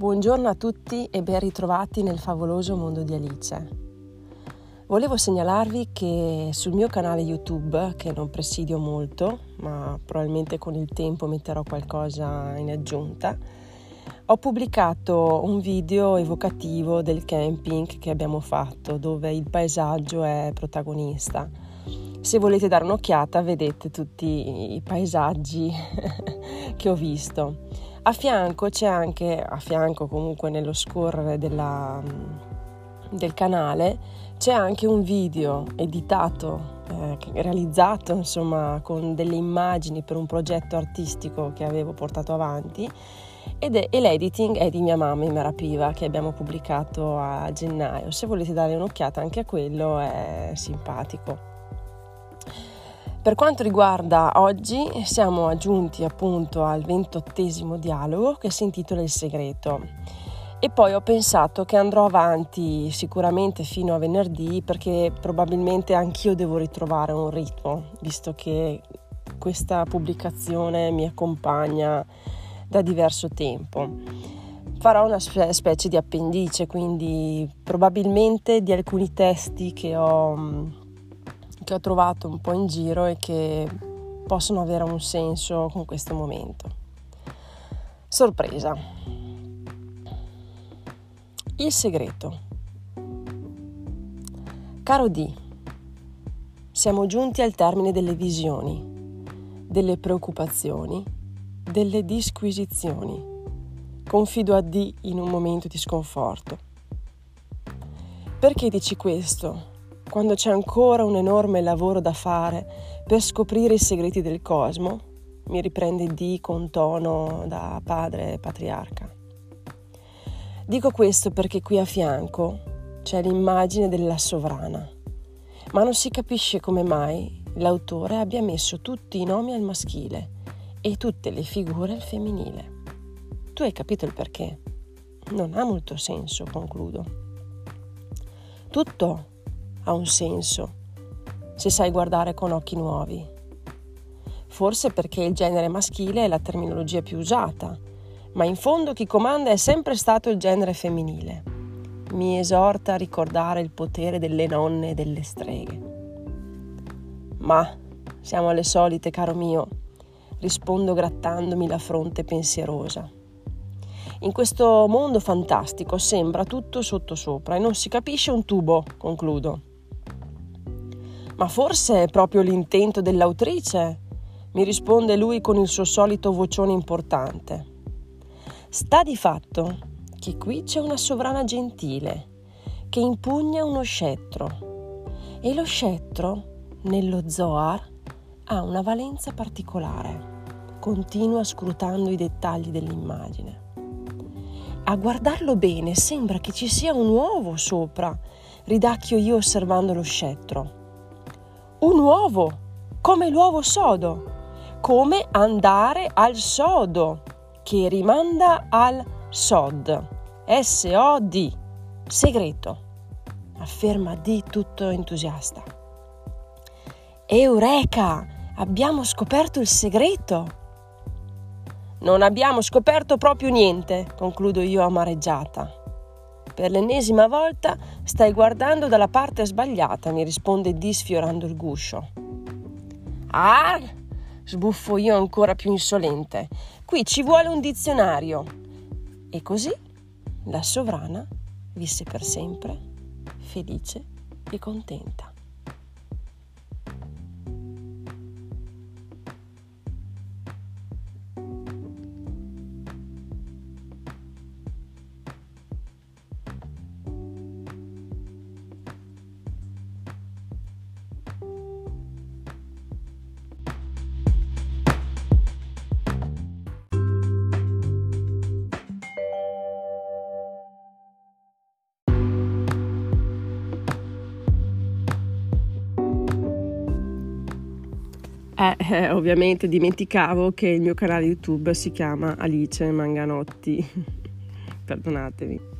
Buongiorno a tutti e ben ritrovati nel favoloso mondo di Alice. Volevo segnalarvi che sul mio canale YouTube, che non presidio molto, ma probabilmente con il tempo metterò qualcosa in aggiunta, ho pubblicato un video evocativo del camping che abbiamo fatto, dove il paesaggio è protagonista. Se volete dare un'occhiata, vedete tutti i paesaggi che ho visto. A fianco comunque nello scorrere del canale, c'è anche un video editato, realizzato con delle immagini per un progetto artistico che avevo portato avanti e l'editing è di mia mamma Merapiva, che abbiamo pubblicato a gennaio. Se volete dare un'occhiata anche a quello, è simpatico. Per quanto riguarda oggi, siamo giunti appunto al 28° dialogo che si intitola Il segreto, e poi ho pensato che andrò avanti sicuramente fino a venerdì, perché probabilmente anch'io devo ritrovare un ritmo, visto che questa pubblicazione mi accompagna da diverso tempo. Farò una specie di appendice, quindi probabilmente di alcuni testi che ho trovato un po' in giro e che possono avere un senso con questo momento. Sorpresa. Il segreto. Caro D, siamo giunti al termine delle visioni, delle preoccupazioni, delle disquisizioni. Confido a D in un momento di sconforto. Perché dici questo? Quando c'è ancora un enorme lavoro da fare per scoprire i segreti del cosmo, mi riprende D con tono da padre patriarca. Dico questo perché qui a fianco c'è l'immagine della sovrana, ma non si capisce come mai l'autore abbia messo tutti i nomi al maschile e tutte le figure al femminile. Tu hai capito il perché? Non ha molto senso, concludo. Tutto ha un senso se sai guardare con occhi nuovi. Forse perché il genere maschile è la terminologia più usata, ma in fondo chi comanda è sempre stato il genere femminile. Mi esorta a ricordare il potere delle nonne e delle streghe. Ma siamo alle solite, caro mio, rispondo grattandomi la fronte pensierosa. In questo mondo fantastico sembra tutto sottosopra e non si capisce un tubo, concludo. Ma forse è proprio l'intento dell'autrice, mi risponde lui con il suo solito vocione importante. Sta di fatto che qui c'è una sovrana gentile che impugna uno scettro, e lo scettro, nello Zohar, ha una valenza particolare. Continua scrutando i dettagli dell'immagine. A guardarlo bene sembra che ci sia un uovo sopra, ridacchio io osservando lo scettro. Un uovo, come l'uovo sodo, come andare al sodo, che rimanda al sod, S-O-D, segreto, afferma D tutto entusiasta. Eureka, abbiamo scoperto il segreto. Non abbiamo scoperto proprio niente, concludo io amareggiata. Per l'ennesima volta stai guardando dalla parte sbagliata, mi risponde D sfiorando il guscio. Ah, sbuffo io ancora più insolente. Qui ci vuole un dizionario. E così la sovrana visse per sempre, felice e contenta. Ovviamente dimenticavo che il mio canale YouTube si chiama Alice Manganotti. Perdonatemi.